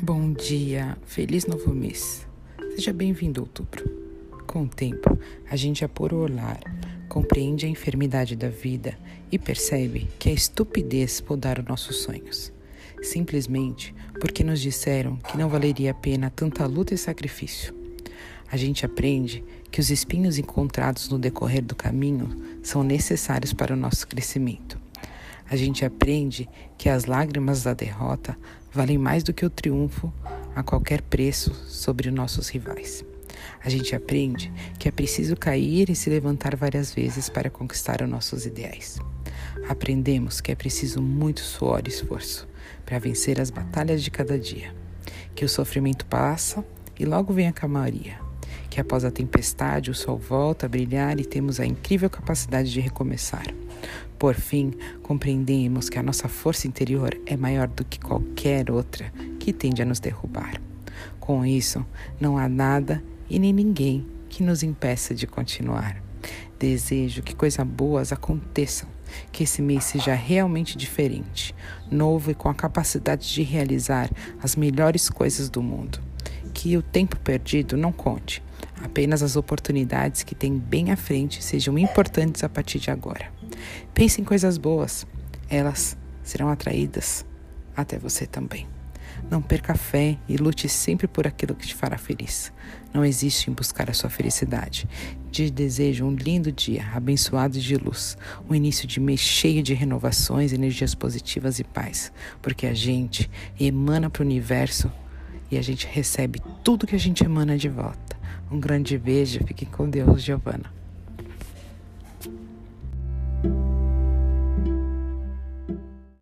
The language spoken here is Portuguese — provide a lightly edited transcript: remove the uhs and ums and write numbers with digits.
Bom dia, feliz novo mês. Seja bem-vindo a outubro. Com o tempo, a gente apura o olhar, compreende a enfermidade da vida e percebe que é estupidez podar os nossos sonhos. Simplesmente porque nos disseram que não valeria a pena tanta luta e sacrifício. A gente aprende que os espinhos encontrados no decorrer do caminho são necessários para o nosso crescimento. A gente aprende que as lágrimas da derrota valem mais do que o triunfo a qualquer preço sobre nossos rivais. A gente aprende que é preciso cair e se levantar várias vezes para conquistar os nossos ideais. Aprendemos que é preciso muito suor e esforço para vencer as batalhas de cada dia. Que o sofrimento passa e logo vem a calmaria. Que após a tempestade o sol volta a brilhar e temos a incrível capacidade de recomeçar. Por fim, compreendemos que a nossa força interior é maior do que qualquer outra que tende a nos derrubar. Com isso, não há nada e nem ninguém que nos impeça de continuar. Desejo que coisas boas aconteçam, que esse mês seja realmente diferente, novo e com a capacidade de realizar as melhores coisas do mundo. Que o tempo perdido não conte, apenas as oportunidades que tem bem à frente sejam importantes a partir de agora. Pense em coisas boas, elas serão atraídas até você também. Não perca a fé e lute sempre por aquilo que te fará feliz. Não existe em buscar a sua felicidade. Te desejo um lindo dia, abençoado de luz, um início de mês cheio de renovações, energias positivas e paz, porque a gente emana para o universo e a gente recebe tudo que a gente emana de volta. Um grande beijo, fiquem com Deus, Giovana.